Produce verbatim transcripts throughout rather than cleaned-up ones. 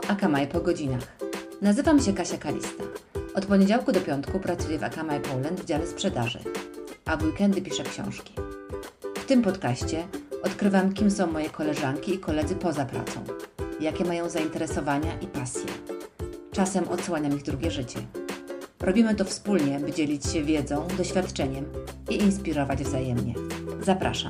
Akamai po godzinach. Nazywam się Kasia Kalista. Od poniedziałku do piątku pracuję w Akamai Poland w dziale sprzedaży, a w weekendy piszę książki. W tym podcaście odkrywam, kim są moje koleżanki i koledzy poza pracą, jakie mają zainteresowania i pasje. Czasem odsłaniam ich drugie życie. Robimy to wspólnie, by dzielić się wiedzą, doświadczeniem i inspirować wzajemnie. Zapraszam.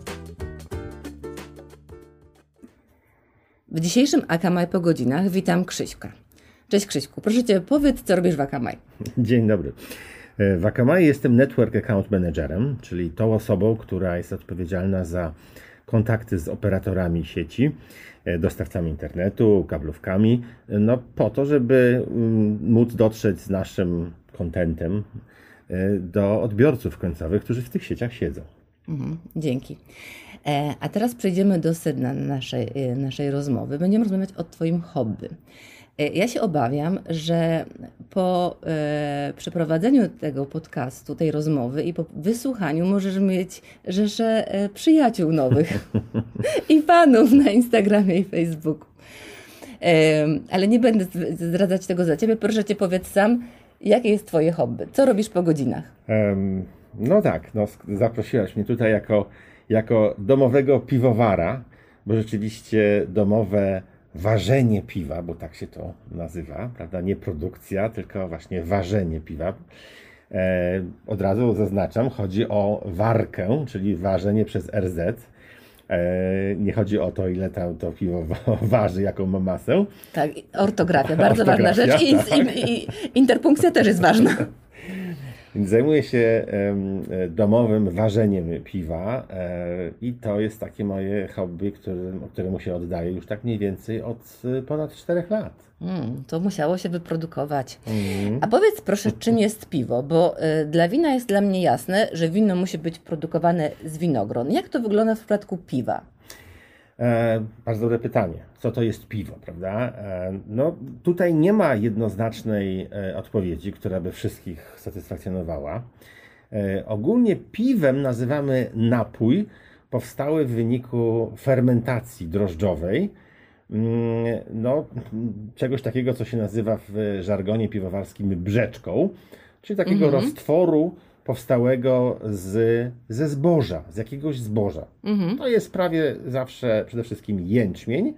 W dzisiejszym Akamai po godzinach witam Krzyśka. Cześć Krzyśku, proszę Cię, powiedz, co robisz w Akamai. Dzień dobry. W Akamai jestem Network Account Managerem, czyli tą osobą, która jest odpowiedzialna za kontakty z operatorami sieci, dostawcami internetu, kablówkami, no po to, żeby móc dotrzeć z naszym kontentem do odbiorców końcowych, którzy w tych sieciach siedzą. Mhm, dzięki. E, a teraz przejdziemy do sedna naszej, naszej rozmowy. Będziemy rozmawiać o Twoim hobby. E, ja się obawiam, że po e, przeprowadzeniu tego podcastu, tej rozmowy i po wysłuchaniu możesz mieć rzeszę e, przyjaciół nowych i fanów na Instagramie i Facebooku. E, ale nie będę zdradzać tego za Ciebie. Proszę Cię, powiedz sam, jakie jest Twoje hobby? Co robisz po godzinach? Um, no tak, no, zaprosiłaś mnie tutaj jako jako domowego piwowara, bo rzeczywiście domowe ważenie piwa, bo tak się to nazywa, prawda? Nie produkcja, tylko właśnie ważenie piwa. E, od razu zaznaczam, chodzi o warkę, czyli ważenie przez R Z. E, nie chodzi o to, ile tam to piwo waży, jaką ma masę. Tak, ortografia, bardzo ortografia, ważna rzecz i, tak. i, i interpunkcja też jest ważna. Więc zajmuję się um, domowym ważeniem piwa e, i to jest takie moje hobby, którym, któremu się oddaję już tak mniej więcej od ponad czterech lat. Mm, to musiało się wyprodukować. Mm. A powiedz proszę, czym jest piwo? Bo y, dla wina jest dla mnie jasne, że wino musi być produkowane z winogron. Jak to wygląda w przypadku piwa? E, bardzo dobre pytanie. Co to jest piwo, prawda? E, no tutaj nie ma jednoznacznej e, odpowiedzi, która by wszystkich satysfakcjonowała. E, ogólnie piwem nazywamy napój powstały w wyniku fermentacji drożdżowej, mm, no, czegoś takiego, co się nazywa w żargonie piwowarskim brzeczką, czyli takiego Mhm. roztworu powstałego z, ze zboża, z jakiegoś zboża. Mhm. To jest prawie zawsze przede wszystkim jęczmień.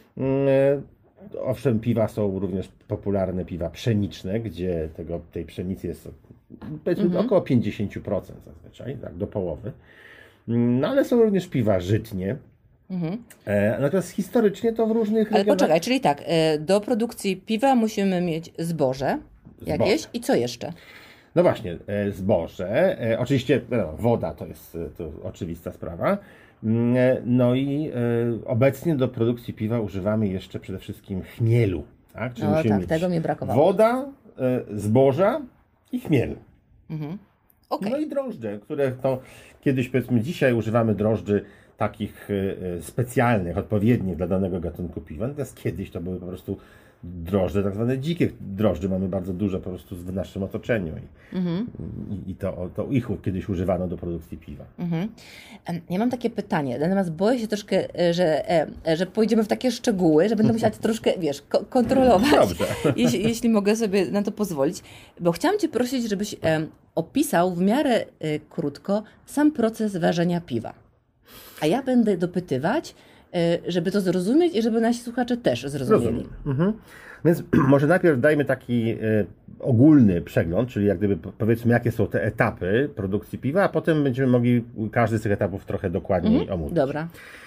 Owszem, piwa są również popularne, piwa pszeniczne, gdzie tego, tej pszenicy jest powiedzmy Mhm. około pięćdziesiąt procent zazwyczaj, tak, do połowy. No ale są również piwa żytnie. Mhm. E, natomiast historycznie to w różnych Ale regionach... poczekaj, czyli tak, y, do produkcji piwa musimy mieć zboże jakieś i co jeszcze? No właśnie, e, zboże, e, oczywiście no, woda to jest e, to oczywista sprawa. Mm, e, No i e, obecnie do produkcji piwa używamy jeszcze przede wszystkim chmielu. Tak? Czyli No musimy tak, mieć tego mi brakowało. woda, e, zboża i chmiel. Mhm. Okej. No i drożdże, które to kiedyś, powiedzmy, dzisiaj używamy drożdży takich e, specjalnych, odpowiednich dla danego gatunku piwa. Natomiast kiedyś to były po prostu drożdże, tak zwane dzikie drożdże. Mamy bardzo dużo po prostu w naszym otoczeniu i, Mhm. i, i to, to ich kiedyś używano do produkcji piwa. Mhm. Em, Ja mam takie pytanie, natomiast boję się troszkę, e, że, e, że pójdziemy w takie szczegóły, że będę musiała troszkę, wiesz, ko- kontrolować, Dobrze. jeśli, jeśli mogę sobie na to pozwolić, bo chciałam Cię prosić, żebyś em, opisał w miarę e, krótko sam proces ważenia piwa. A ja będę dopytywać, e, żeby to zrozumieć i żeby nasi słuchacze też zrozumieli. Rozumiem. Mhm. Więc może najpierw dajmy taki e, ogólny przegląd, czyli jak gdyby po- powiedzmy, jakie są te etapy produkcji piwa, a potem będziemy mogli każdy z tych etapów trochę dokładniej Mhm. omówić. Dobra.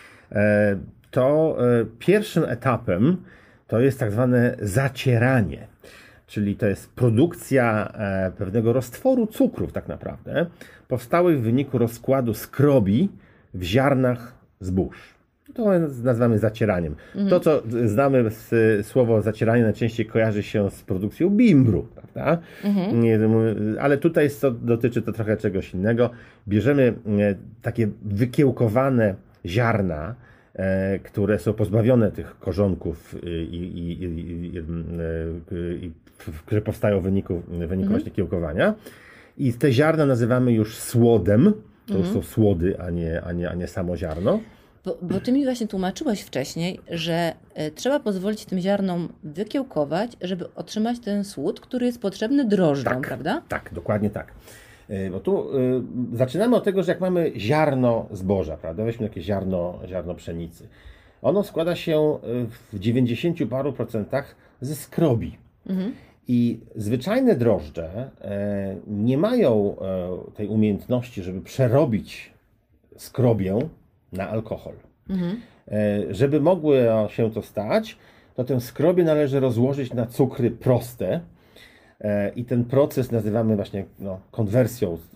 E, to e, pierwszym etapem to jest tak zwane zacieranie, czyli to jest produkcja e, pewnego roztworu cukrów tak naprawdę, powstałych w wyniku rozkładu skrobi w ziarnach zbóż. To nazywamy zacieraniem. To, co znamy, z, słowo zacieranie najczęściej kojarzy się z produkcją bimbru, prawda? Nie, ale tutaj jest to, dotyczy to trochę czegoś innego. Bierzemy e, takie wykiełkowane ziarna, e, które są pozbawione tych korzonków, i, i, i, i, i, i, które powstają w wyniku, w wyniku Mhm. właśnie kiełkowania. I te ziarna nazywamy już słodem. To już są słody, a nie, a nie, a nie samo ziarno. Bo, bo ty mi właśnie tłumaczyłaś wcześniej, że e, trzeba pozwolić tym ziarnom wykiełkować, żeby otrzymać ten słód, który jest potrzebny drożdżom, Tak, prawda? tak, dokładnie tak. Y, Bo tu y, zaczynamy od tego, że jak mamy ziarno zboża, prawda? Weźmy takie ziarno, ziarno pszenicy. Ono składa się y, w dziewięćdziesięciu paru procentach ze skrobi. I zwyczajne drożdże e, nie mają e, tej umiejętności, żeby przerobić skrobię na alkohol. E, żeby mogło się to stać, to tę skrobię należy rozłożyć na cukry proste e, i ten proces nazywamy właśnie no, konwersją e,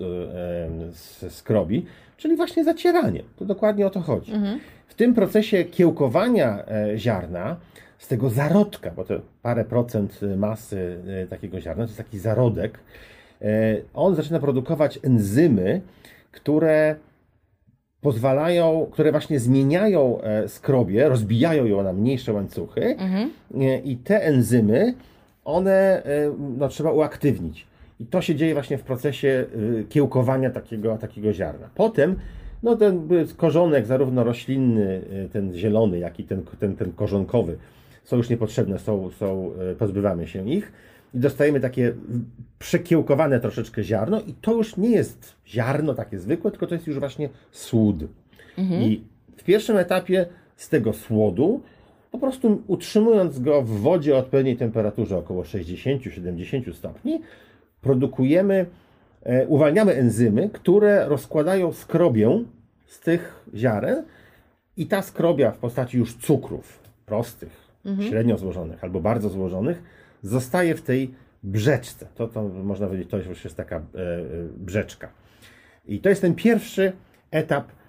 z skrobi, czyli właśnie zacieraniem. To dokładnie o to chodzi. W tym procesie kiełkowania e, ziarna z tego zarodka, bo to parę procent masy takiego ziarna, to jest taki zarodek, on zaczyna produkować enzymy, które pozwalają, które właśnie zmieniają skrobię, rozbijają ją na mniejsze łańcuchy mhm. i te enzymy, one no, trzeba uaktywnić. I to się dzieje właśnie w procesie kiełkowania takiego, takiego ziarna. Potem no, ten korzonek, zarówno roślinny, ten zielony, jak i ten, ten, ten korzonkowy, są już niepotrzebne, są, są, pozbywamy się ich i dostajemy takie przekiełkowane troszeczkę ziarno i to już nie jest ziarno takie zwykłe, tylko to jest już właśnie słód. Mhm. I w pierwszym etapie z tego słodu, po prostu utrzymując go w wodzie o odpowiedniej temperaturze, około sześćdziesiąt do siedemdziesięciu stopni, produkujemy, e, uwalniamy enzymy, które rozkładają skrobię z tych ziaren i ta skrobia w postaci już cukrów prostych, Mhm. średnio złożonych albo bardzo złożonych, zostaje w tej brzeczce. To, to można powiedzieć, to już jest taka e, brzeczka. I to jest ten pierwszy etap e,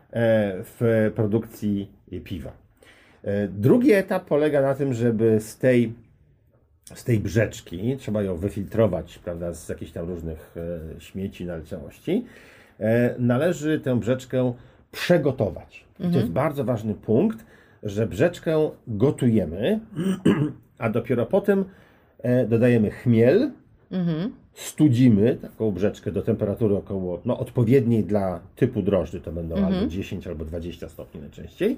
w produkcji piwa. E, drugi etap polega na tym, żeby z tej, z tej brzeczki, trzeba ją wyfiltrować, prawda, z jakichś tam różnych e, śmieci, naleciałości, e, należy tę brzeczkę przygotować. Mhm. To jest bardzo ważny punkt, że brzeczkę gotujemy, a dopiero potem dodajemy chmiel, mhm. studzimy taką brzeczkę do temperatury około no, odpowiedniej dla typu drożdży, to będą mhm. albo dziesięć albo dwadzieścia stopni najczęściej.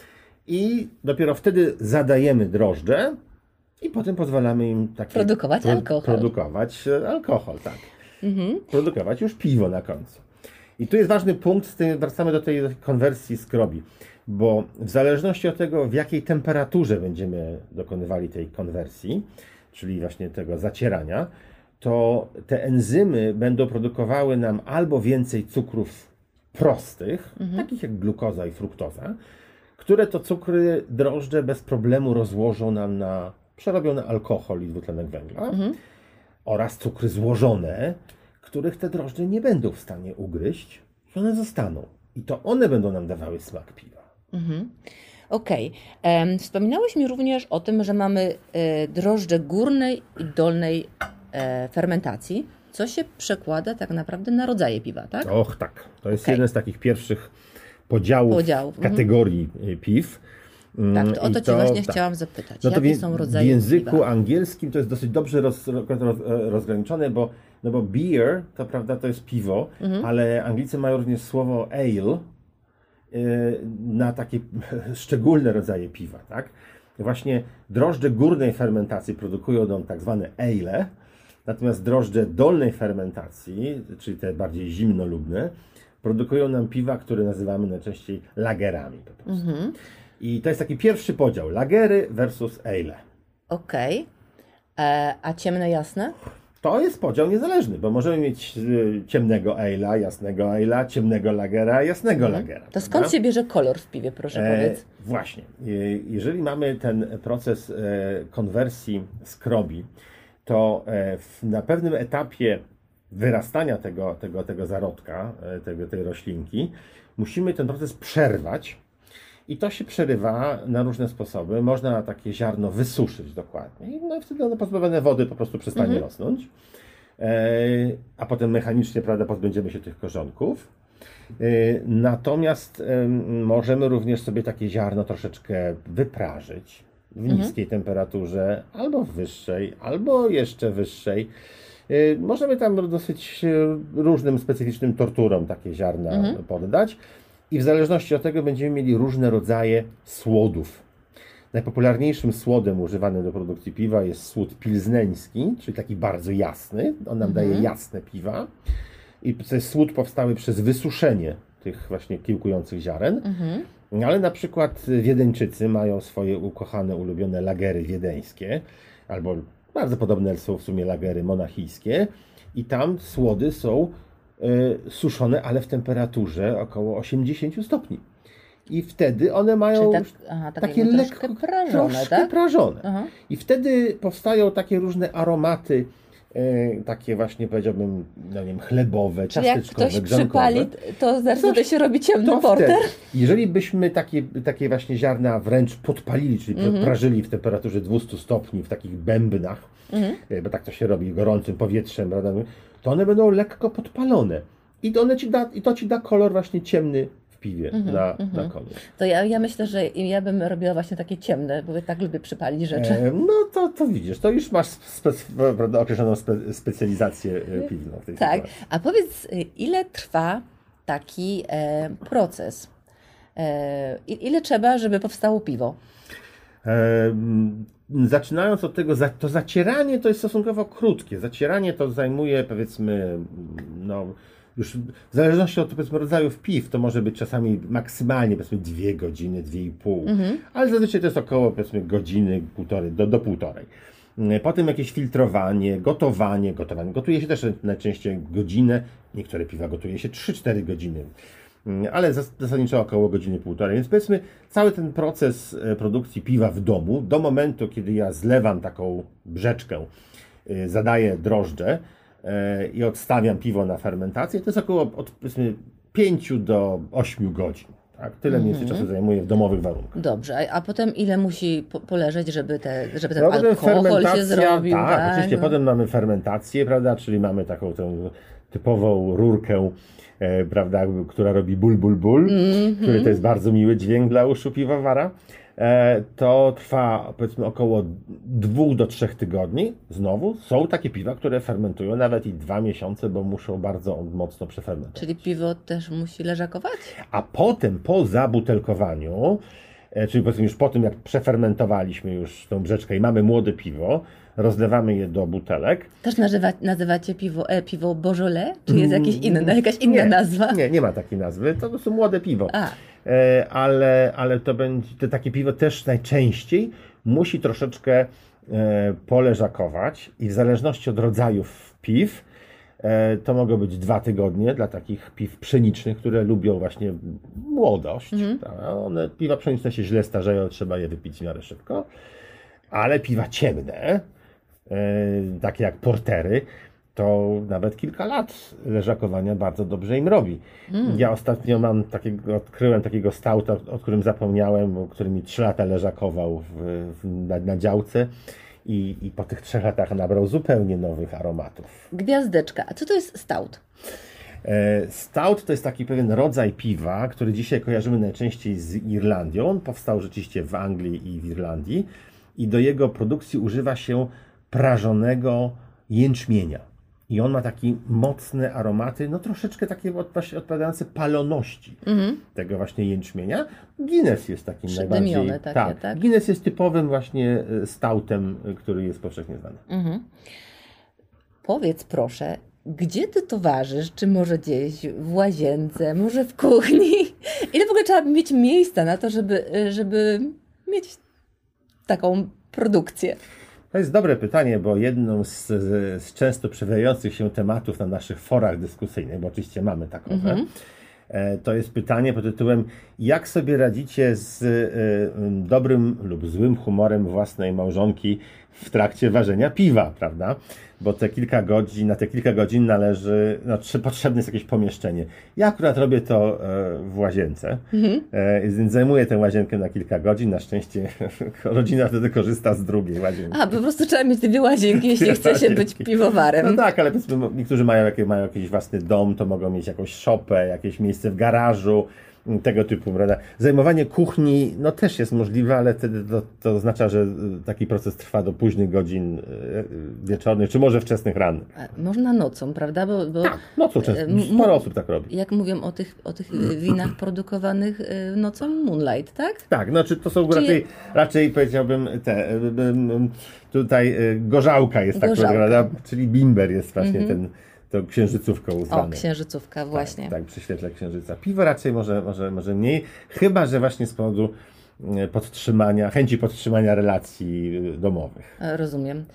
I dopiero wtedy zadajemy drożdże i potem pozwalamy im takie produkować pro, alkohol. Produkować alkohol, tak. Mhm. Produkować już piwo na końcu. I tu jest ważny punkt, z tym wracamy do tej konwersji skrobi, bo w zależności od tego, w jakiej temperaturze będziemy dokonywali tej konwersji, czyli właśnie tego zacierania, to te enzymy będą produkowały nam albo więcej cukrów prostych, mhm. takich jak glukoza i fruktoza, które to cukry drożdże bez problemu rozłożą nam na przerobiony alkohol i dwutlenek węgla, mhm. oraz cukry złożone, których te drożdże nie będą w stanie ugryźć, i one zostaną. I to one będą nam dawały smak piwa. Mhm. Okej. Okay. Wspominałeś mi również o tym, że mamy e, drożdże górnej i dolnej e, fermentacji, co się przekłada tak naprawdę na rodzaje piwa, tak? Och, tak. To jest okay. jeden z takich pierwszych podziałów, podziałów. kategorii mhm. piw. Tak, to o to, to Cię właśnie tak. chciałam zapytać. No to jakie w, są rodzaje W języku piwa? angielskim to jest dosyć dobrze roz, roz, rozgraniczone, bo, no bo beer, to prawda, to jest piwo, mhm. ale Anglicy mają również słowo ale y, na takie szczególne rodzaje piwa, tak? Właśnie drożdże górnej fermentacji produkują nam tak zwane ale, natomiast drożdże dolnej fermentacji, czyli te bardziej zimnolubne, produkują nam piwa, które nazywamy najczęściej lagerami po prostu. Mhm. I to jest taki pierwszy podział. Lagery versus ale. Okej. Okay. A ciemne, jasne? To jest podział niezależny, bo możemy mieć ciemnego ale'a, jasnego ale'a, ciemnego lagera, jasnego hmm. lagera. To skąd prawda? się bierze kolor w piwie, proszę e, powiedz? Właśnie. Jeżeli mamy ten proces konwersji skrobi, to na pewnym etapie wyrastania tego, tego, tego zarodka, tego, tej roślinki, musimy ten proces przerwać. I to się przerywa na różne sposoby. Można takie ziarno wysuszyć dokładnie. No i wtedy ono pozbawione wody po prostu przestanie mhm. rosnąć. E, a potem mechanicznie, prawda, pozbędziemy się tych korzonków. E, natomiast e, możemy również sobie takie ziarno troszeczkę wyprażyć w niskiej mhm. temperaturze, albo w wyższej, albo jeszcze wyższej. E, możemy tam dosyć różnym specyficznym torturom takie ziarna mhm. poddać. i w zależności od tego będziemy mieli różne rodzaje słodów. Najpopularniejszym słodem używanym do produkcji piwa jest słód pilzneński, czyli taki bardzo jasny. On nam mhm. daje jasne piwa. I to jest słód powstały przez wysuszenie tych właśnie kiełkujących ziaren. Mhm. Ale na przykład Wiedeńczycy mają swoje ukochane, ulubione lagery wiedeńskie, albo bardzo podobne są w sumie lagery monachijskie. I tam słody są y, suszone, ale w temperaturze około osiemdziesiąt stopni. I wtedy one mają tak, aha, takie lekko prażone, troszkę tak? prażone. Aha. I wtedy powstają takie różne aromaty, e, takie właśnie powiedziałbym, no nie wiem, chlebowe, czyli ciasteczkowe, jak ktoś grzankowe. przypali, to zaczyna się robi ciemny to porter. Wtedy, jeżeli byśmy takie, takie właśnie ziarna wręcz podpalili, czyli mm-hmm. prażyli w temperaturze dwieście stopni w takich bębnach, mm-hmm. bo tak to się robi gorącym powietrzem, prawda, to one będą lekko podpalone. I, one ci da, I to ci da kolor właśnie ciemny piwie mm-hmm, na, mm-hmm. na koniec. To ja, ja myślę, że ja bym robiła właśnie takie ciemne, bo tak lubię przypalić rzeczy. E, no to, to widzisz, to już masz spe- prawda, określoną spe- specjalizację piwną w tej Tak, sytuacji. A powiedz, ile trwa taki e, proces? E, ile trzeba, żeby powstało piwo? E, zaczynając od tego, to zacieranie to jest stosunkowo krótkie. Zacieranie to zajmuje, powiedzmy, no już w zależności od, powiedzmy, rodzajów piw, to może być czasami maksymalnie, powiedzmy, dwie godziny, dwie i pół, mhm. ale zazwyczaj to jest około, powiedzmy, godziny, półtorej, do, do półtorej. Potem jakieś filtrowanie, gotowanie, gotowanie. Gotuje się też najczęściej godzinę, niektóre piwa gotuje się trzy cztery godziny, ale zasadniczo około godziny, półtorej. Więc powiedzmy, cały ten proces produkcji piwa w domu, do momentu, kiedy ja zlewam taką brzeczkę, zadaję drożdże, i odstawiam piwo na fermentację, to jest około od powiedzmy pięciu do ośmiu godzin. Tak? Tyle mniej więcej czasu zajmuje w domowych warunkach. Dobrze, a potem ile musi po, poleżeć, żeby, te, żeby ten no, alkohol się zrobił? Tak, tak, oczywiście no. Potem mamy fermentację, prawda, czyli mamy taką tę typową rurkę, e, prawda, która robi ból, ból, ból, mm-hmm. który to jest bardzo miły dźwięk dla uszu piwowara. To trwa, powiedzmy, około dwóch do trzech tygodni. Znowu są takie piwa, które fermentują nawet i dwa miesiące, bo muszą bardzo mocno przefermentować. Czyli piwo też musi leżakować? A potem, po zabutelkowaniu, czyli powiedzmy już po tym, jak przefermentowaliśmy już tą brzeczkę i mamy młode piwo, rozlewamy je do butelek. Też nazywa, nazywacie piwo, e, piwo Beaujolais? Czy jest jakieś inne, jakaś inna nie, nazwa? Nie, nie ma takiej nazwy. To po prostu młode piwo. A. E, ale, ale to będzie, to takie piwo też najczęściej musi troszeczkę e, poleżakować i w zależności od rodzajów piw, e, to mogą być dwa tygodnie dla takich piw pszenicznych, które lubią właśnie młodość. Mhm. One, piwa pszeniczne się źle starzeją, trzeba je wypić w miarę szybko. Ale piwa ciemne, takie jak portery, to nawet kilka lat leżakowania bardzo dobrze im robi. Mm. Ja ostatnio mam takiego, odkryłem takiego stouta, o którym zapomniałem, który mi trzy lata leżakował w, w, na, na działce i, i po tych trzech latach nabrał zupełnie nowych aromatów. Gwiazdeczka. A co to jest stout? Stout to jest taki pewien rodzaj piwa, który dzisiaj kojarzymy najczęściej z Irlandią. On powstał rzeczywiście w Anglii i w Irlandii. I do jego produkcji używa się prażonego jęczmienia. I on ma takie mocne aromaty, no troszeczkę takie właśnie odpowiadające paloności mm-hmm. tego właśnie jęczmienia. Guinness jest takim najbardziej... Takie, tak, tak? Guinness jest typowym właśnie stoutem, który jest powszechnie znany. Mm-hmm. Powiedz proszę, gdzie ty towarzysz? Czy może gdzieś w łazience, może w kuchni? Ile w ogóle trzeba mieć miejsca na to, żeby, żeby mieć taką produkcję? To jest dobre pytanie, bo jedną z, z często przewijających się tematów na naszych forach dyskusyjnych, bo oczywiście mamy takowe, mm-hmm. to jest pytanie pod tytułem: jak sobie radzicie z y, dobrym lub złym humorem własnej małżonki w trakcie ważenia piwa, prawda? Bo te kilka godzin, na te kilka godzin należy, no, potrzebne jest jakieś pomieszczenie. Ja akurat robię to e, w łazience, mm-hmm. e, więc zajmuję tę łazienkę na kilka godzin. Na szczęście rodzina wtedy korzysta z drugiej łazienki. A, po prostu trzeba mieć dwie łazienki, jeśli chce się być piwowarem. No tak, ale powiedzmy, niektórzy mają, mają jakiś własny dom, to mogą mieć jakąś szopę, jakieś miejsce w garażu, tego typu, prawda? Zajmowanie kuchni, no też jest możliwe, ale wtedy to, to oznacza, że taki proces trwa do późnych godzin wieczornych, czy może wczesnych rannych. Można nocą, prawda? Bo, bo tak, nocą często. Sporo osób tak robi. Jak mówią o tych, o tych winach produkowanych nocą, moonlight, tak? Tak, znaczy to są Czyli... raczej, raczej powiedziałbym te, tutaj gorzałka jest tak, prawda? Czyli bimber jest właśnie mm-hmm. ten to księżycówką zwane. O, księżycówka, właśnie. Tak, tak, przy świetle księżyca. Piwo raczej może, może, może mniej, chyba że właśnie z powodu podtrzymania, chęci podtrzymania relacji domowych. Rozumiem.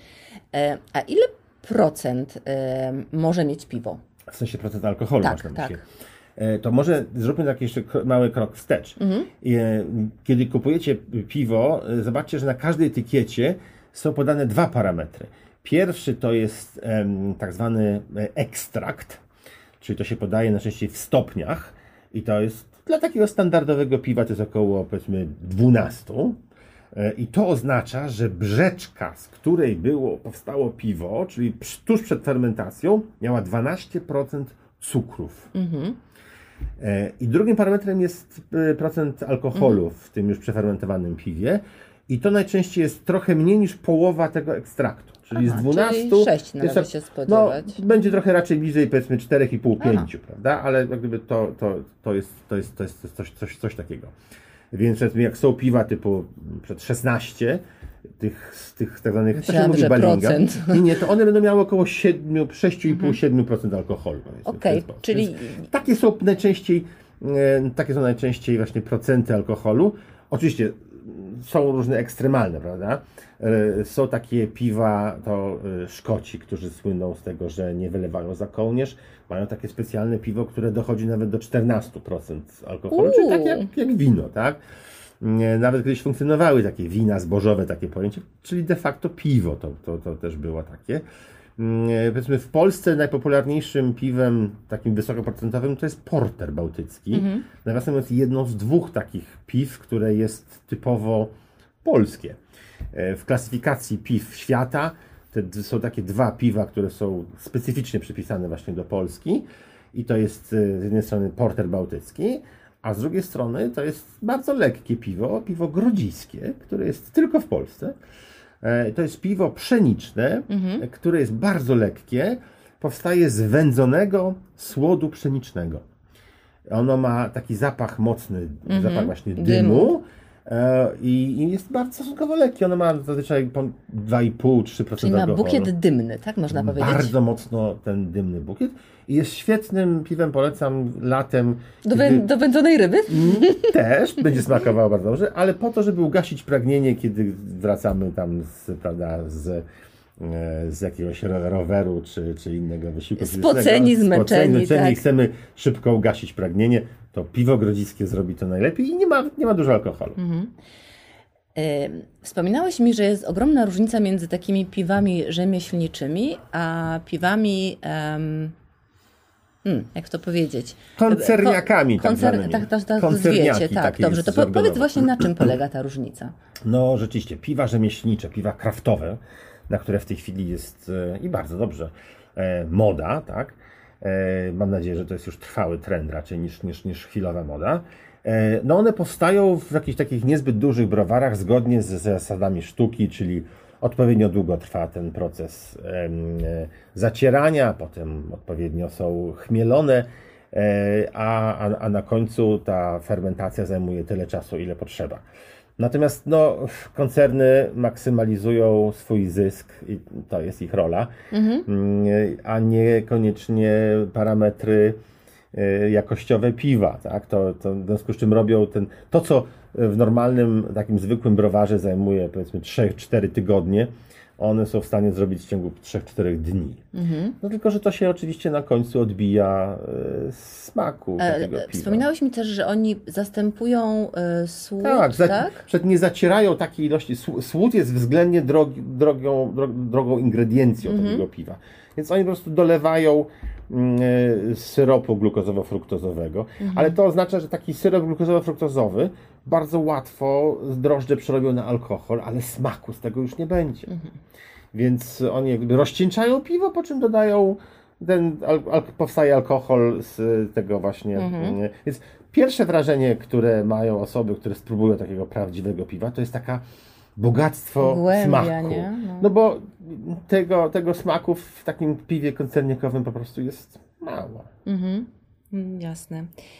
A ile procent może mieć piwo? W sensie procent alkoholu tak, można tak. myśleć. To może zróbmy taki jeszcze mały krok wstecz. Mhm. Kiedy kupujecie piwo, zobaczcie, że na każdej etykiecie są podane dwa parametry. Pierwszy to jest um, tak zwany ekstrakt, czyli to się podaje najczęściej w stopniach i to jest dla takiego standardowego piwa to jest około powiedzmy dwanaście i to oznacza, że brzeczka, z której było, powstało piwo, czyli tuż przed fermentacją, miała dwanaście procent cukrów. Mhm. I drugim parametrem jest procent alkoholu mhm. w tym już przefermentowanym piwie i to najczęściej jest trochę mniej niż połowa tego ekstraktu. Czyli Aha, z dwunastu czyli sześć należy się spodziewać. No, będzie trochę raczej bliżej powiedzmy cztery i pół do pięciu, prawda? Ale jak gdyby to, to, to, jest, to, jest, to jest coś, coś, coś takiego. Więc jak są piwa typu przed szesnaście, tych, z tych tak zwanych Myślałam, że procent. Nie, nie, to one będą miały około siedem, sześć i pół do siedmiu procent alkoholu. Okej, okay, czyli... Więc takie są najczęściej, takie są najczęściej właśnie procenty alkoholu. Oczywiście są różne ekstremalne, prawda? Są takie piwa, to Szkoci, którzy słyną z tego, że nie wylewają za kołnierz. Mają takie specjalne piwo, które dochodzi nawet do czternaście procent alkoholu, Uuu. czyli tak jak, jak wino, tak? Nawet kiedyś funkcjonowały takie wina zbożowe, takie pojęcie, czyli de facto piwo to, to, to też było takie. Powiedzmy w Polsce najpopularniejszym piwem takim wysokoprocentowym to jest porter bałtycki. Mhm. Nawiasem mówiąc jedno z dwóch takich piw, które jest typowo polskie. W klasyfikacji piw świata te są takie dwa piwa, które są specyficznie przypisane właśnie do Polski i to jest z jednej strony porter bałtycki, a z drugiej strony to jest bardzo lekkie piwo, piwo grodziskie, które jest tylko w Polsce. To jest piwo pszeniczne, mhm. które jest bardzo lekkie, powstaje z wędzonego słodu pszenicznego. Ono ma taki zapach mocny, mhm. zapach właśnie dymu, dymu. I jest bardzo stosunkowo lekkie. Ono ma zazwyczaj dwa i pół do trzech procent Czyli ma alkoholu. bukiet dymny, tak można powiedzieć? Bardzo mocno ten dymny bukiet. I jest świetnym piwem, polecam latem. Do, wę do wędzonej ryby? Też, będzie smakowało bardzo dobrze, ale po to, żeby ugasić pragnienie, kiedy wracamy tam z, prawda, z, z jakiegoś roweru czy, czy innego wysiłku. Spoceni, zmęczeni. Spoceni, tak. i chcemy szybko ugasić pragnienie, to piwo grodziskie zrobi to najlepiej i nie ma, nie ma dużo alkoholu. Mhm. Wspominałeś mi, że jest ogromna różnica między takimi piwami rzemieślniczymi, a piwami... Um... Hmm, jak to powiedzieć? Koncerniakami. Ko koncer tak, tak, tak, tak wiecie, tak, dobrze. To po powiedz właśnie, na czym polega ta różnica? No rzeczywiście, piwa rzemieślnicze, piwa kraftowe, na które w tej chwili jest e, i bardzo dobrze e, moda, tak? E, mam nadzieję, że to jest już trwały trend raczej niż, niż, niż chwilowa moda. E, no one powstają w jakichś takich niezbyt dużych browarach zgodnie z zasadami sztuki, czyli odpowiednio długo trwa ten proces e, zacierania, potem odpowiednio są chmielone, e, a, a, a na końcu ta fermentacja zajmuje tyle czasu, ile potrzeba. Natomiast no, koncerny maksymalizują swój zysk i to jest ich rola, mhm. a niekoniecznie parametry jakościowe piwa. Tak? To, to w związku z czym robią ten, to, co w normalnym, takim zwykłym browarze zajmuje powiedzmy trzy cztery tygodnie, one są w stanie zrobić w ciągu trzech czterech dni. Mhm. No tylko, że to się oczywiście na końcu odbija z smaku e, takiego piwa. Wspominałeś mi też, że oni zastępują e, słód, tak? Za, tak? Przed nie zacierają takiej ilości. Słód jest względnie drogi, drogą, drogą ingrediencją mhm. takiego piwa. Więc oni po prostu dolewają y, syropu glukozowo-fruktozowego, mhm. ale to oznacza, że taki syrop glukozowo-fruktozowy bardzo łatwo drożdże przerobią na alkohol, ale smaku z tego już nie będzie. Mhm. Więc oni jakby rozcieńczają piwo, po czym dodają ten al, al, powstaje alkohol z tego właśnie. Mhm. Więc pierwsze wrażenie, które mają osoby, które spróbują takiego prawdziwego piwa, to jest taka bogactwo Głębia, smaku. Nie? No. no bo tego, tego smaku w takim piwie koncernikowym po prostu jest mało. Mhm. Jasne.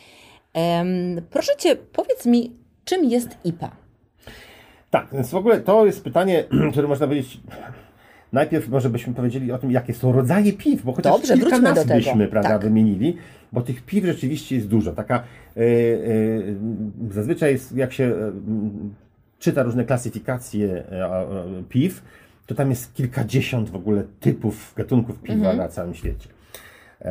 Um, proszę Cię, powiedz mi, czym jest I P A? Tak, więc w ogóle to jest pytanie, które można powiedzieć. Najpierw może byśmy powiedzieli o tym, jakie są rodzaje piw, bo chociaż Dobrze, kilka nas do tego. byśmy prawda, tak. wymienili, bo tych piw rzeczywiście jest dużo. Taka yy, yy, zazwyczaj jest, jak się yy, czyta różne klasyfikacje yy, piw, to tam jest kilkadziesiąt w ogóle typów, gatunków piwa mhm. na całym świecie. Yy,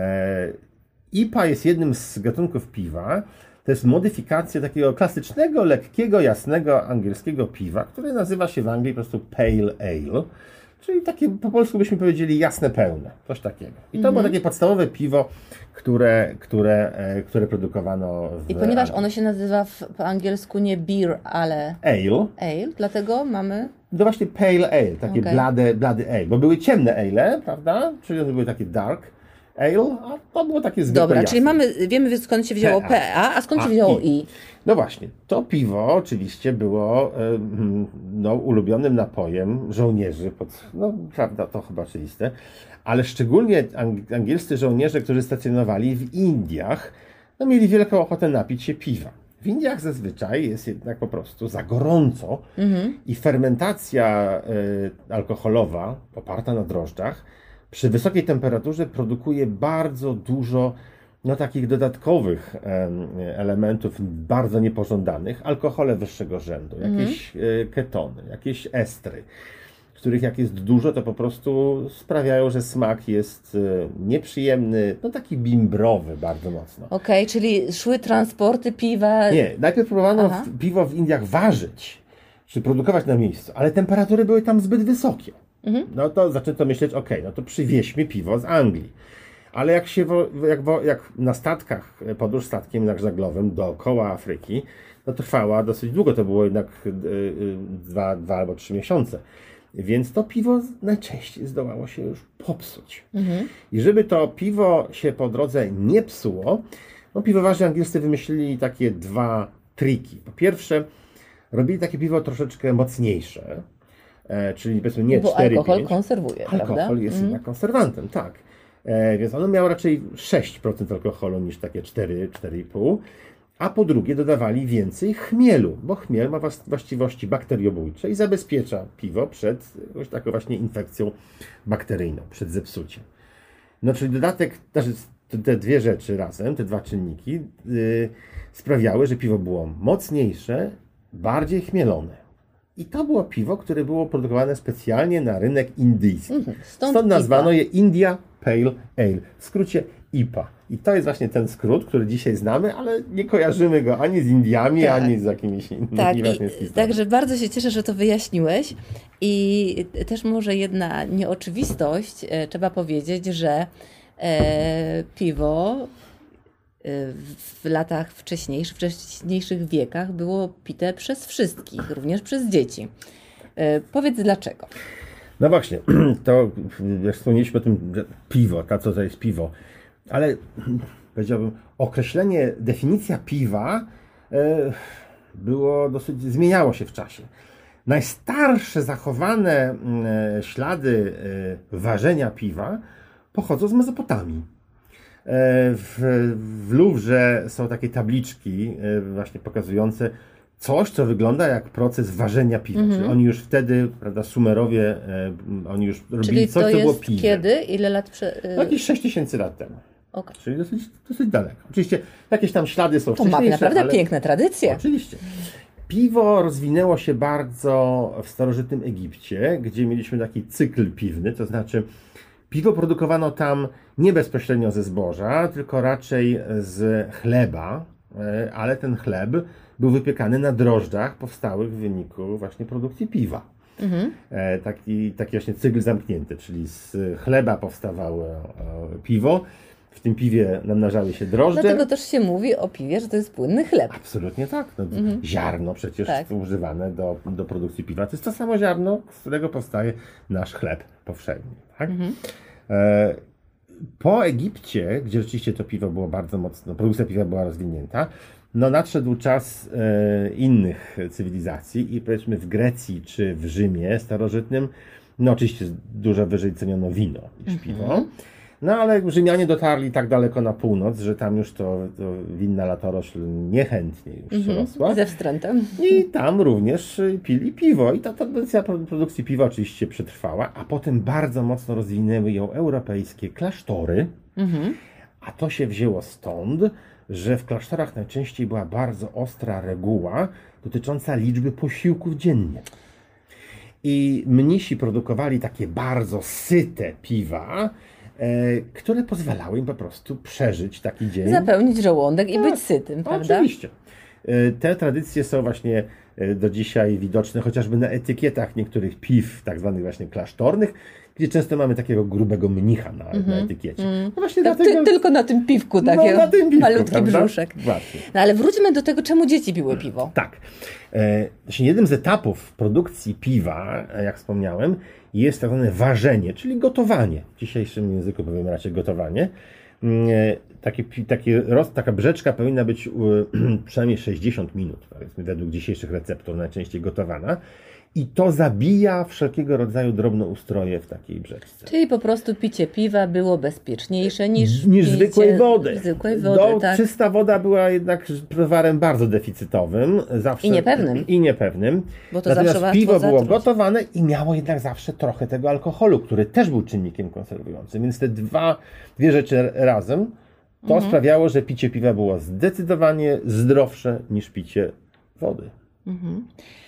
I P A jest jednym z gatunków piwa. To jest modyfikacja takiego klasycznego, lekkiego, jasnego angielskiego piwa, które nazywa się w Anglii po prostu Pale Ale. Czyli takie, po polsku byśmy powiedzieli, jasne, pełne. Coś takiego. I to mm-hmm. było takie podstawowe piwo, które, które, które produkowano w I ponieważ ono się nazywa w, po angielsku nie beer, ale ale, ale dlatego mamy... To właśnie Pale Ale, takie okay. blade, blady ale. Bo były ciemne ale, prawda? Czyli one były takie dark ale, a to było takie zwykłe Dobra, jasne. czyli mamy, wiemy skąd się wzięło P A, a skąd się wzięło I. No właśnie, to piwo oczywiście było no, ulubionym napojem żołnierzy, pod, no prawda, to chyba oczywiste, ale szczególnie angielscy żołnierze, którzy stacjonowali w Indiach, no, mieli wielką ochotę napić się piwa. W Indiach zazwyczaj jest jednak po prostu za gorąco mhm. i fermentacja y, alkoholowa oparta na drożdżach przy wysokiej temperaturze produkuje bardzo dużo no, takich dodatkowych e, elementów bardzo niepożądanych, alkohole wyższego rzędu, jakieś mm. e, ketony, jakieś estry, których jak jest dużo, to po prostu sprawiają, że smak jest e, nieprzyjemny, no taki bimbrowy bardzo mocno. Okej, okay, czyli szły transporty piwa... Nie, najpierw próbowano w, piwo w Indiach ważyć, czy produkować na miejscu, ale temperatury były tam zbyt wysokie. Mm-hmm. No to zaczęto myśleć, ok, no to przywieźmy piwo z Anglii. Ale jak się jak, jak na statkach, podróż statkiem żaglowym dookoła Afryki, no to trwała dosyć długo, to było jednak dwa, dwa albo trzy miesiące. Więc to piwo najczęściej zdołało się już popsuć. Mhm. I żeby to piwo się po drodze nie psuło, no piwowarze angielscy wymyślili takie dwa triki. Po pierwsze, robili takie piwo troszeczkę mocniejsze, e, czyli powiedzmy nie Bo cztery pięć. alkohol konserwuje, alkohol prawda? Alkohol jest mhm. jednak konserwantem, tak. E, więc ono miało raczej sześć procent alkoholu niż takie cztery, cztery i pół. A po drugie dodawali więcej chmielu, bo chmiel ma właściwości bakteriobójcze i zabezpiecza piwo przed taką właśnie infekcją bakteryjną, przed zepsuciem. No czyli dodatek, znaczy te dwie rzeczy razem, te dwa czynniki yy, sprawiały, że piwo było mocniejsze, bardziej chmielone. I to było piwo, które było produkowane specjalnie na rynek indyjski. Mhm, stąd, stąd nazwano je India Pale Ale, w skrócie I P A. I to jest właśnie ten skrót, który dzisiaj znamy, ale nie kojarzymy go ani z Indiami, tak. ani z jakimiś innymi. Tak, i, także bardzo się cieszę, że to wyjaśniłeś. I też może jedna nieoczywistość, e, trzeba powiedzieć, że e, piwo e, w latach wcześniejszych, wcześniejszych wiekach było pite przez wszystkich, również przez dzieci. E, powiedz dlaczego. No właśnie, to jak wspomnieliśmy o tym, że piwo, ta co to jest piwo, ale powiedziałbym, określenie, definicja piwa e, było dosyć, zmieniało się w czasie. Najstarsze zachowane e, ślady e, ważenia piwa pochodzą z Mezopotamii. E, w, w Luwrze są takie tabliczki e, właśnie pokazujące coś, co wygląda jak proces ważenia piwa. Mm-hmm. Czyli oni już wtedy, prawda, Sumerowie, e, oni już robili Czyli coś, to co było jest piwem. Kiedy? Ile lat? Prze... No, jakieś sześć tysięcy lat temu. Okay. Czyli dosyć, dosyć daleko. Oczywiście jakieś tam ślady są to wcześniejsze. To ma naprawdę ale... piękne tradycje. Oczywiście. Piwo rozwinęło się bardzo w starożytnym Egipcie, gdzie mieliśmy taki cykl piwny, to znaczy piwo produkowano tam nie bezpośrednio ze zboża, tylko raczej z chleba, ale ten chleb był wypiekany na drożdżach powstałych w wyniku właśnie produkcji piwa. Mhm. Taki, taki właśnie cykl zamknięty, czyli z chleba powstawało piwo, w tym piwie namnażały się drożdże. Dlatego też się mówi o piwie, że to jest płynny chleb. Absolutnie tak. No, mhm. Ziarno przecież tak. używane do, do produkcji piwa. To jest to samo ziarno, z którego powstaje nasz chleb powszedni. Tak? Mhm. E, po Egipcie, gdzie rzeczywiście to piwo było bardzo mocno, produkcja piwa była rozwinięta, no nadszedł czas e, innych cywilizacji i powiedzmy w Grecji czy w Rzymie starożytnym, no oczywiście dużo wyżej ceniono wino niż mm-hmm. piwo. No ale Rzymianie dotarli tak daleko na północ, że tam już to, to winna latorośl niechętnie już mm-hmm. rosła. Ze wstrętem. I tam również pili piwo. I ta tendencja produkcji piwa oczywiście przetrwała, a potem bardzo mocno rozwinęły ją europejskie klasztory. Mm-hmm. A to się wzięło stąd, że w klasztorach najczęściej była bardzo ostra reguła dotycząca liczby posiłków dziennie. I mnisi produkowali takie bardzo syte piwa, które pozwalały im po prostu przeżyć taki dzień. Zapełnić żołądek i tak, być sytym, prawda? Oczywiście. Te tradycje są właśnie do dzisiaj widoczne chociażby na etykietach niektórych piw, tak zwanych właśnie klasztornych, gdzie często mamy takiego grubego mnicha na, mm-hmm. na etykiecie. No właśnie tak, dlatego... ty, tylko na tym piwku takie, no, na tym piwku, malutki prawda? brzuszek. Właśnie. No ale wróćmy do tego, czemu dzieci piły piwo. Tak. E, jednym z etapów produkcji piwa, jak wspomniałem, jest tak zwane ważenie, czyli gotowanie. W dzisiejszym języku powiemy raczej gotowanie. E, taki, taki roz, taka brzeczka powinna być e, przynajmniej sześćdziesiąt minut, powiedzmy, według dzisiejszych receptur najczęściej gotowana. I to zabija wszelkiego rodzaju drobnoustroje w takiej brzeczce. Czyli po prostu picie piwa było bezpieczniejsze niż, niż picie zwykłej wody. Zwykłej wody Do, tak. Czysta woda była jednak towarem bardzo deficytowym. Zawsze, I niepewnym. I niepewnym. Bo to Natomiast zawsze piwo łatwo było zatruć. gotowane i miało jednak zawsze trochę tego alkoholu, który też był czynnikiem konserwującym. Więc te dwa, dwie rzeczy razem to mhm. sprawiało, że picie piwa było zdecydowanie zdrowsze niż picie wody. Mhm.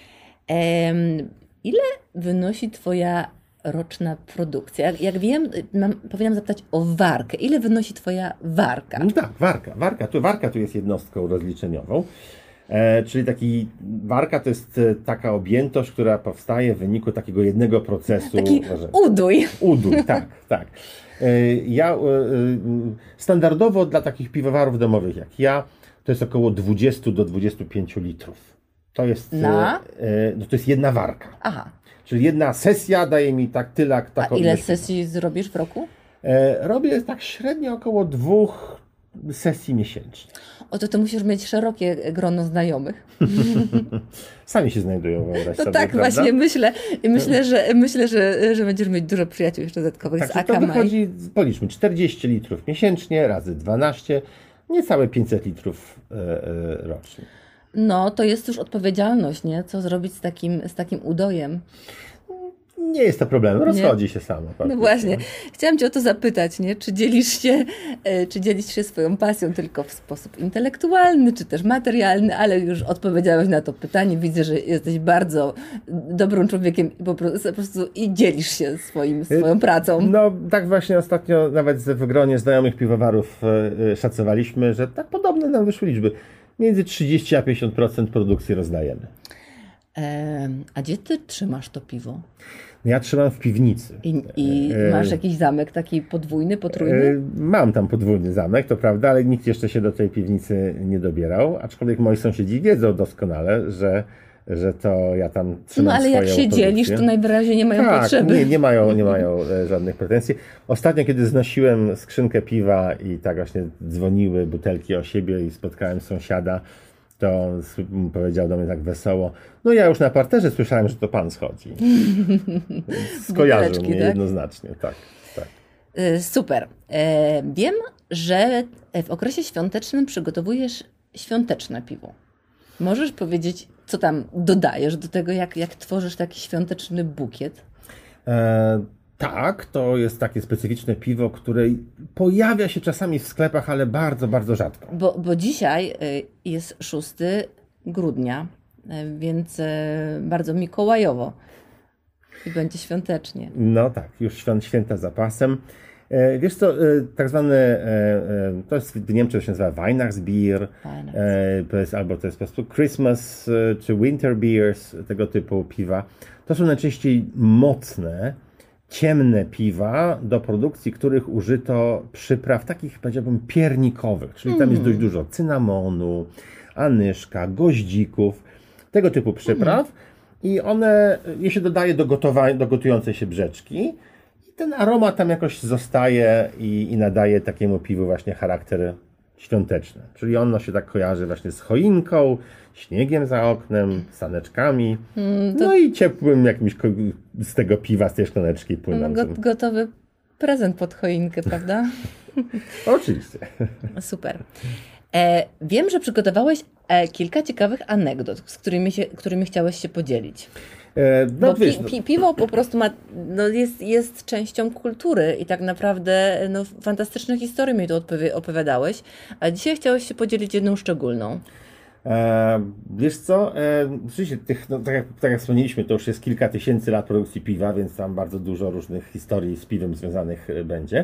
Ile wynosi Twoja roczna produkcja? Jak, jak wiem, mam, powinnam zapytać o warkę. Ile wynosi Twoja warka? No tak, warka. Warka tu, warka tu jest jednostką rozliczeniową. E, czyli taki, warka to jest taka objętość, która powstaje w wyniku takiego jednego procesu. Taki może, udój. Udój, tak, tak. E, ja e, standardowo dla takich piwowarów domowych jak ja, to jest około dwadzieścia do dwudziestu pięciu litrów. To jest, Na? e, no to jest jedna warka. Aha. Czyli jedna sesja daje mi tak tyle, jak taką A ile ilość. sesji zrobisz w roku? E, robię tak średnio około dwóch sesji miesięcznie. Oto to musisz mieć szerokie grono znajomych. Sami się znajdują, wyobraź To sobie, tak prawda? właśnie myślę. I myślę, że myślę, że, że będziesz mieć dużo przyjaciół jeszcze dodatkowych Tak, z to Akamai. wychodzi, policzmy, czterdzieści litrów miesięcznie razy dwanaście, niecałe pięćset litrów e, e, rocznie. No, to jest już odpowiedzialność, nie? Co zrobić z takim, z takim udojem? Nie jest to problem, rozchodzi się samo. No właśnie. Chciałam Cię o to zapytać, nie? Czy dzielisz się, e, czy dzielisz się swoją pasją tylko w sposób intelektualny, czy też materialny, ale już odpowiedziałeś na to pytanie. Widzę, że jesteś bardzo dobrym człowiekiem i po prostu, po prostu i dzielisz się swoim, swoją pracą. No tak właśnie ostatnio nawet w gronie znajomych piwowarów e, szacowaliśmy, że tak podobne nam wyszły liczby. Między trzydzieści a pięćdziesiąt procent produkcji rozdajemy. E, a gdzie Ty trzymasz to piwo? Ja trzymam w piwnicy. I, i masz jakiś zamek taki podwójny, potrójny? Mam tam podwójny zamek, to prawda, ale nikt jeszcze się do tej piwnicy nie dobierał, aczkolwiek moi sąsiedzi wiedzą doskonale, że, że to ja tam trzymam No ale jak się produkcję. dzielisz, to najwyraźniej nie mają tak, potrzeby. Nie, nie mają, nie mają żadnych pretensji. Ostatnio, kiedy znosiłem skrzynkę piwa i tak właśnie dzwoniły butelki o siebie i spotkałem sąsiada, to on powiedział do mnie tak wesoło, no ja już na parterze słyszałem, że to pan schodzi. Skojarzył mnie tak? jednoznacznie, tak, tak. Super. E, wiem, że w okresie świątecznym przygotowujesz świąteczne piwo. Możesz powiedzieć, co tam dodajesz do tego, jak, jak tworzysz taki świąteczny bukiet? E, tak, to jest takie specyficzne piwo, które pojawia się czasami w sklepach, ale bardzo, bardzo rzadko. Bo, bo dzisiaj jest szóstego grudnia, więc bardzo mikołajowo i będzie świątecznie. No tak, już świąt, święta za pasem. E, wiesz co, e, tak zwane, e, e, to jest w Niemczech się nazywa Weihnachtsbier, e, to jest, albo to jest po prostu Christmas e, czy Winter Beers, tego typu piwa. To są najczęściej mocne, ciemne piwa, do produkcji których użyto przypraw takich, powiedziałbym, piernikowych, czyli tam jest dość dużo cynamonu, anyszka, goździków, tego typu przypraw i one, je się dodaje do, gotowa- do gotującej się brzeczki ten aromat tam jakoś zostaje i, i nadaje takiemu piwu właśnie charakter świąteczny. Czyli ono się tak kojarzy właśnie z choinką, śniegiem za oknem, saneczkami, mm, to... no i ciepłym jakimś z tego piwa, z tej szklaneczki płynącym. No, gotowy prezent pod choinkę, prawda? Oczywiście. Super. E, wiem, że przygotowałeś e, kilka ciekawych anegdot, z którymi, się, którymi chciałeś się podzielić. E, no, Bo wiesz, pi, pi, piwo po prostu ma, no jest, jest częścią kultury i tak naprawdę no, fantastyczne historie mi tu opowi- opowiadałeś, a dzisiaj chciałeś się podzielić jedną szczególną. E, wiesz co, e, oczywiście tych, no, tak, jak, tak jak wspomnieliśmy, to już jest kilka tysięcy lat produkcji piwa, więc tam bardzo dużo różnych historii z piwem związanych będzie.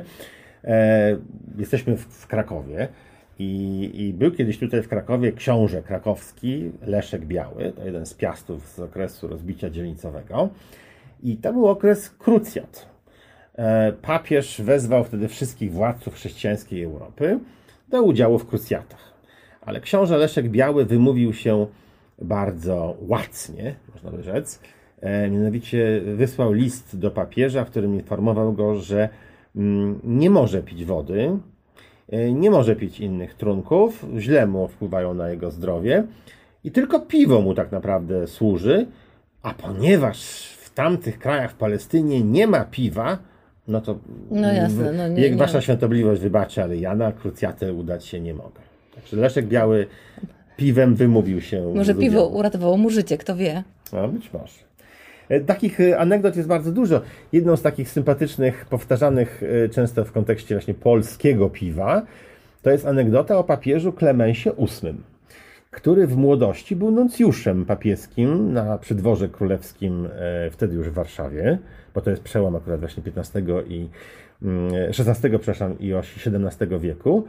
E, jesteśmy w, w Krakowie. I, I był kiedyś tutaj w Krakowie książę krakowski, Leszek Biały, to jeden z piastów z okresu rozbicia dzielnicowego. I to był okres krucjat. E, papież wezwał wtedy wszystkich władców chrześcijańskiej Europy do udziału w krucjatach. Ale książę Leszek Biały wymówił się bardzo łacnie, można by rzec. E, mianowicie wysłał list do papieża, w którym informował go, że mm, nie może pić wody, nie może pić innych trunków, źle mu wpływają na jego zdrowie i tylko piwo mu tak naprawdę służy, a ponieważ w tamtych krajach w Palestynie nie ma piwa, no to no jasne, no nie, jak nie. wasza świątobliwość wybaczy, ale ja na krucjatę udać się nie mogę. Także Leszek Biały piwem wymówił się. Może piwo uratowało mu życie, kto wie. No być może. Takich anegdot jest bardzo dużo. Jedną z takich sympatycznych, powtarzanych często w kontekście właśnie polskiego piwa, to jest anegdota o papieżu Klemensie ósmym, który w młodości był nuncjuszem papieskim na przydworze królewskim, wtedy już w Warszawie, bo to jest przełom akurat właśnie piętnastego i szesnastego, przepraszam, i siedemnastego wieku.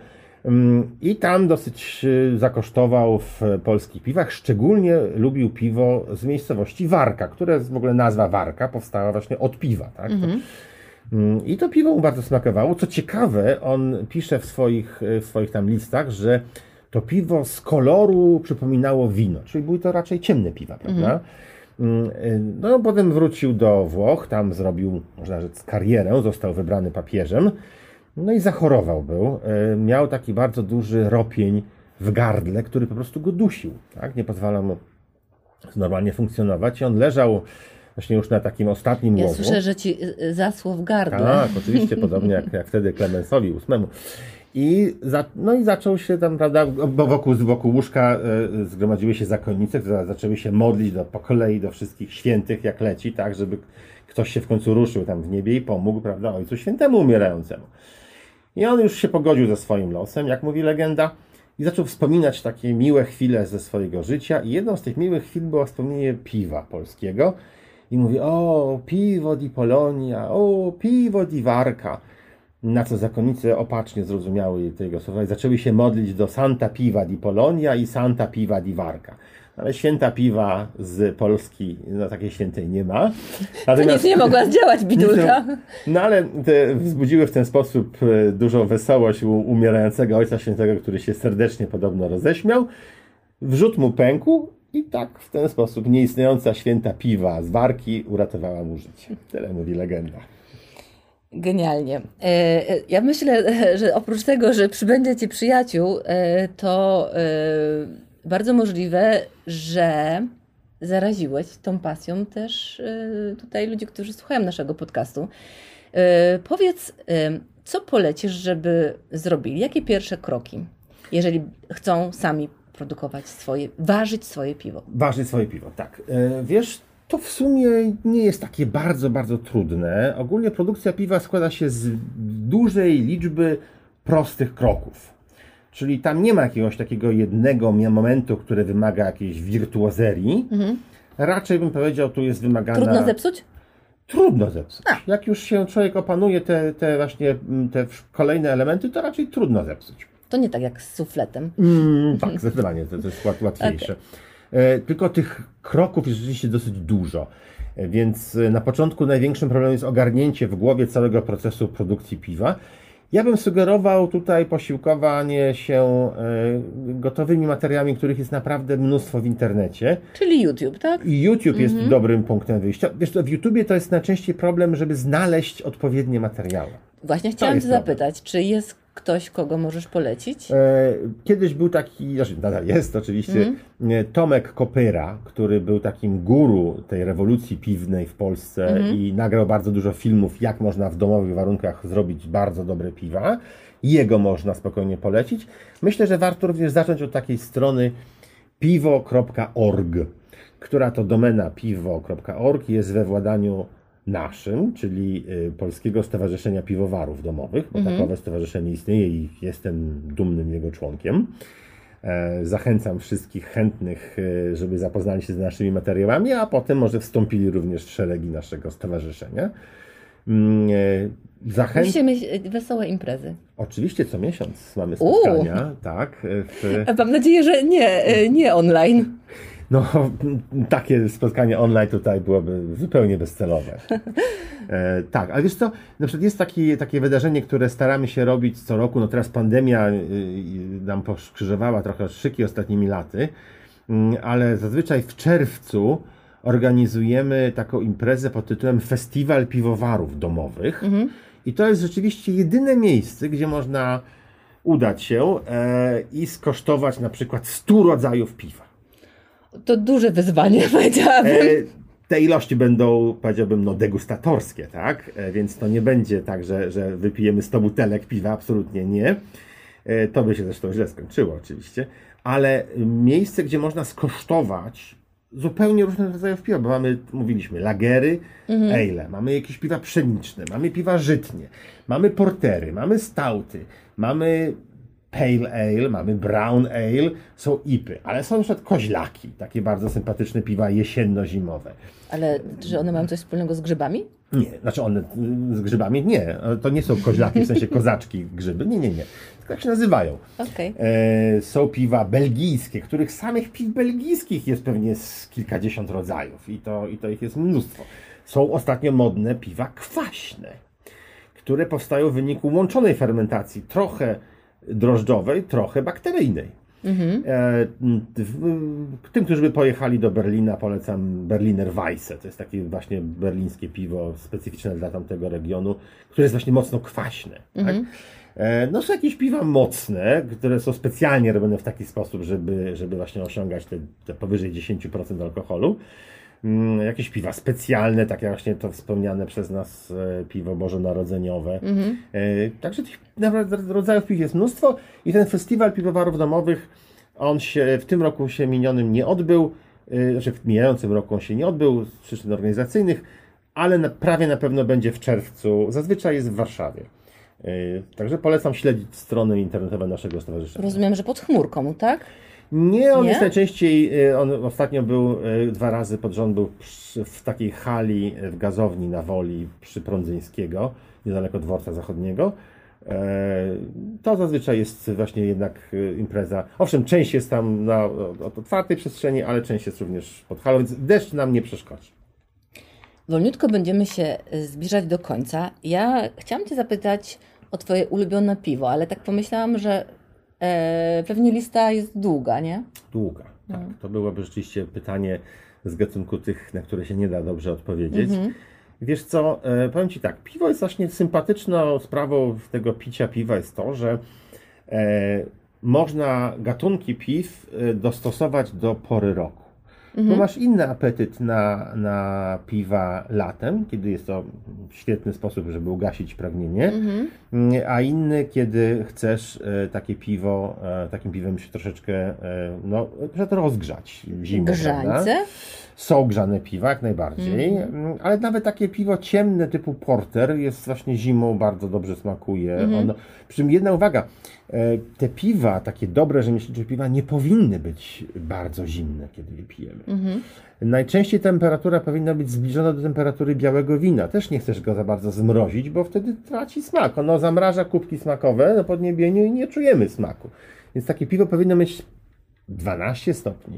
I tam dosyć zakosztował w polskich piwach. Szczególnie lubił piwo z miejscowości Warka, które w ogóle nazwa Warka powstała właśnie od piwa. Tak? Mhm. I to piwo mu bardzo smakowało. Co ciekawe, on pisze w swoich, w swoich tam listach, że to piwo z koloru przypominało wino, czyli były to raczej ciemne piwa, prawda? Mhm. No, potem wrócił do Włoch, tam zrobił, można rzec, karierę, został wybrany papieżem. No i zachorował był. Miał taki bardzo duży ropień w gardle, który po prostu go dusił. Tak? Nie pozwalał mu normalnie funkcjonować. I on leżał właśnie już na takim ostatnim ja łożu. Ja słyszę, że ci zasło w gardle. Tak, oczywiście, podobnie jak, jak wtedy Klemensowi ósmemu. I, za, no i zaczął się tam, prawda, bo wokół, wokół łóżka e, zgromadziły się zakonnice, które zaczęły się modlić do, po kolei do wszystkich świętych, jak leci, tak, żeby ktoś się w końcu ruszył tam w niebie i pomógł, prawda, Ojcu Świętemu umierającemu. I on już się pogodził ze swoim losem, jak mówi legenda, i zaczął wspominać takie miłe chwile ze swojego życia. I jedną z tych miłych chwil było wspomnienie piwa polskiego. I mówi, o, piwo di Polonia, o, piwo di Warka. Na co zakonnice opacznie zrozumiały tego słowa i zaczęły się modlić do Santa Piva di Polonia i Santa Piva di Warka. Ale święta piwa z Polski, no takiej świętej nie ma. Natomiast, to nic nie mogła zdziałać, bidulka. No ale te wzbudziły w ten sposób dużą wesołość u umierającego Ojca Świętego, który się serdecznie podobno roześmiał. Wrzód mu pękł i tak w ten sposób nieistniejąca święta piwa z Warki uratowała mu życie. Tyle mówi legenda. Genialnie. Ja myślę, że oprócz tego, że przybędzie ci przyjaciół, to bardzo możliwe, że zaraziłeś tą pasją też tutaj ludzi, którzy słuchają naszego podcastu. Powiedz, co polecisz, żeby zrobili? Jakie pierwsze kroki, jeżeli chcą sami produkować swoje, ważyć swoje piwo? Ważyć swoje piwo, tak. Wiesz, to w sumie nie jest takie bardzo, bardzo trudne. Ogólnie produkcja piwa składa się z dużej liczby prostych kroków. Czyli tam nie ma jakiegoś takiego jednego momentu, który wymaga jakiejś wirtuozerii. Mhm. Raczej bym powiedział, tu jest wymagana... Trudno zepsuć? Trudno zepsuć. A. Jak już się człowiek opanuje te, te właśnie te kolejne elementy, to raczej trudno zepsuć. To nie tak jak z sufletem. Mm, tak, zdecydowanie, to, to jest łatwiejsze. Okay. E, tylko tych kroków jest rzeczywiście dosyć dużo. E, więc na początku największym problemem jest ogarnięcie w głowie całego procesu produkcji piwa. Ja bym sugerował tutaj posiłkowanie się gotowymi materiałami, których jest naprawdę mnóstwo w internecie. Czyli YouTube, tak? I YouTube jest mhm. dobrym punktem wyjścia. Wiesz co, w YouTubie to jest najczęściej problem, żeby znaleźć odpowiednie materiały. Właśnie chciałam Cię zapytać, czy jest ktoś, kogo możesz polecić? Kiedyś był taki, znaczy nadal jest oczywiście, mm. Tomek Kopyra, który był takim guru tej rewolucji piwnej w Polsce mm. i nagrał bardzo dużo filmów, jak można w domowych warunkach zrobić bardzo dobre piwa. Jego można spokojnie polecić. Myślę, że warto również zacząć od takiej strony piwo kropka org, która to domena piwo kropka org jest we władaniu naszym, czyli Polskiego Stowarzyszenia Piwowarów Domowych, bo mm-hmm. takowe stowarzyszenie istnieje i jestem dumnym jego członkiem. Zachęcam wszystkich chętnych, żeby zapoznali się z naszymi materiałami, a potem może wstąpili również w szeregi naszego stowarzyszenia. Zachęc... Musimy wesołe imprezy. Oczywiście co miesiąc mamy spotkania. Tak, w... Mam nadzieję, że nie, nie online. No, takie spotkanie online tutaj byłoby zupełnie bezcelowe. E, tak, ale wiesz co, na przykład jest taki, takie wydarzenie, które staramy się robić co roku, no teraz pandemia y, y, nam poskrzyżowała trochę szyki ostatnimi laty, y, ale zazwyczaj w czerwcu organizujemy taką imprezę pod tytułem Festiwal Piwowarów Domowych mhm. i to jest rzeczywiście jedyne miejsce, gdzie można udać się e, i skosztować na przykład stu rodzajów piwa. To duże wyzwanie, powiedziałabym. E, te ilości będą, powiedziałbym, no degustatorskie, tak? E, więc to nie będzie tak, że, że wypijemy sto butelek piwa, absolutnie nie. E, to by się zresztą źle skończyło oczywiście. Ale miejsce, gdzie można skosztować zupełnie różnych rodzajów piwa, bo mamy, mówiliśmy, lagery, mhm. ale, mamy jakieś piwa pszeniczne, mamy piwa żytnie, mamy portery, mamy stouty, mamy pale ale, mamy brown ale, są ipy, ale są na przykład koźlaki, takie bardzo sympatyczne piwa jesienno-zimowe. Ale czy one mają coś wspólnego z grzybami? Nie, znaczy one z grzybami nie, to nie są koźlaki, w sensie kozaczki grzyby, nie, nie, nie, tylko jak się nazywają. Okay. E, są piwa belgijskie, których samych piw belgijskich jest pewnie z kilkadziesiąt rodzajów i to, i to ich jest mnóstwo. Są ostatnio modne piwa kwaśne, które powstają w wyniku łączonej fermentacji, trochę drożdżowej, trochę bakteryjnej. Mhm. E, tym, którzy by pojechali do Berlina, polecam Berliner Weisse. To jest takie właśnie berlińskie piwo specyficzne dla tamtego regionu, które jest właśnie mocno kwaśne. Mhm. Tak? E, no są jakieś piwa mocne, które są specjalnie robione w taki sposób, żeby, żeby właśnie osiągać te, te powyżej dziesięć procent alkoholu. Jakieś piwa specjalne, takie właśnie to wspomniane przez nas piwo bożonarodzeniowe. Mhm. Także tych rodzajów piw jest mnóstwo i ten festiwal piwowarów domowych, on się w tym roku się minionym nie odbył, znaczy w mijającym roku on się nie odbył z przyczyn organizacyjnych, ale na, prawie na pewno będzie w czerwcu, zazwyczaj jest w Warszawie. Także polecam śledzić strony internetowe naszego stowarzyszenia. Rozumiem, że pod chmurką, tak? Nie, on nie? jest najczęściej, on ostatnio był dwa razy pod rząd, był przy, w takiej hali w gazowni na Woli przy Prądzyńskiego, niedaleko dworca zachodniego. To zazwyczaj jest właśnie jednak impreza. Owszem, część jest tam na otwartej przestrzeni, ale część jest również pod halą, więc deszcz nam nie przeszkodzi. Wolniutko będziemy się zbliżać do końca. Ja chciałam Cię zapytać o Twoje ulubione piwo, ale tak pomyślałam, że E, pewnie lista jest długa, nie? Długa, tak. No. To byłoby rzeczywiście pytanie z gatunku tych, na które się nie da dobrze odpowiedzieć. Mm-hmm. Wiesz co, e, powiem Ci tak, piwo jest właśnie sympatyczną sprawą tego picia piwa jest to, że e, można gatunki piw dostosować do pory roku. Mhm. Bo masz inny apetyt na, na piwa latem, kiedy jest to świetny sposób, żeby ugasić pragnienie, mhm. a inny, kiedy chcesz takie piwo, takim piwem się troszeczkę no, rozgrzać zimą. Grzańce? Są grzane piwa, jak najbardziej, mhm. ale nawet takie piwo ciemne typu porter jest właśnie zimą, bardzo dobrze smakuje. Mhm. Ono, przy czym jedna uwaga, te piwa, takie dobre rzemieślnicze piwa nie powinny być bardzo zimne, kiedy je pijemy. Mhm. Najczęściej temperatura powinna być zbliżona do temperatury białego wina. Też nie chcesz go za bardzo zmrozić, bo wtedy traci smak. Ono zamraża kubki smakowe na podniebieniu i nie czujemy smaku. Więc takie piwo powinno mieć dwanaście stopni.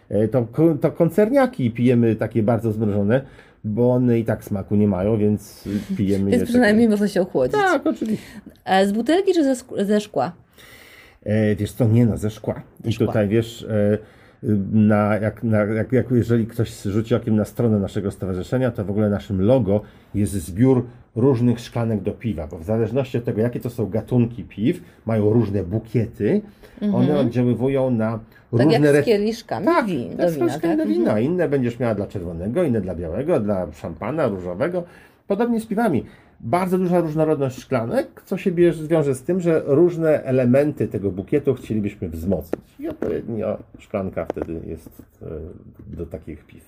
To, to koncerniaki pijemy takie bardzo zmrożone, bo one i tak smaku nie mają, więc pijemy Więc je przynajmniej takie... można się ochłodzić. Tak, oczywiście. A z butelki czy ze, sk- ze szkła? E, wiesz co, nie no, ze szkła. I szkła. tutaj wiesz, e, na, jak, na, jak, jak jeżeli ktoś rzuci okiem na stronę naszego stowarzyszenia, to w ogóle naszym logo jest zbiór różnych szklanek do piwa, bo w zależności od tego, jakie to są gatunki piw, mają różne bukiety, mhm. one oddziaływują na tak różne... jak z kieliszkami tak, win, tak, do wina. Tak? do wina. Inne będziesz miała dla czerwonego, inne dla białego, dla szampana, różowego. Podobnie z piwami. Bardzo duża różnorodność szklanek, co się bierze, wiąże z tym, że różne elementy tego bukietu chcielibyśmy wzmocnić. I odpowiednio szklanka wtedy jest do takich piw.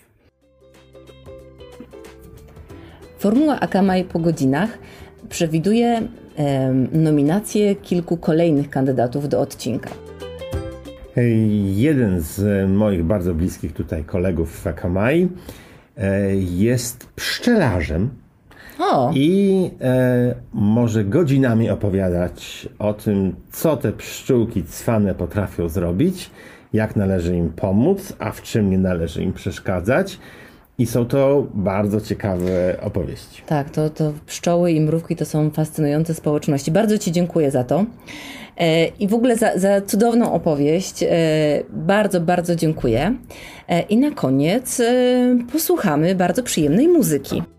Formuła Akamai po godzinach przewiduje e, nominację kilku kolejnych kandydatów do odcinka. Jeden z moich bardzo bliskich tutaj kolegów w Akamai jest pszczelarzem. O. I e, może godzinami opowiadać o tym, co te pszczółki cwane potrafią zrobić, jak należy im pomóc, a w czym nie należy im przeszkadzać. I są to bardzo ciekawe opowieści. Tak, to, to pszczoły i mrówki to są fascynujące społeczności. Bardzo Ci dziękuję za to. E, I w ogóle za, za cudowną opowieść. E, bardzo, bardzo dziękuję. E, I na koniec e, posłuchamy bardzo przyjemnej muzyki.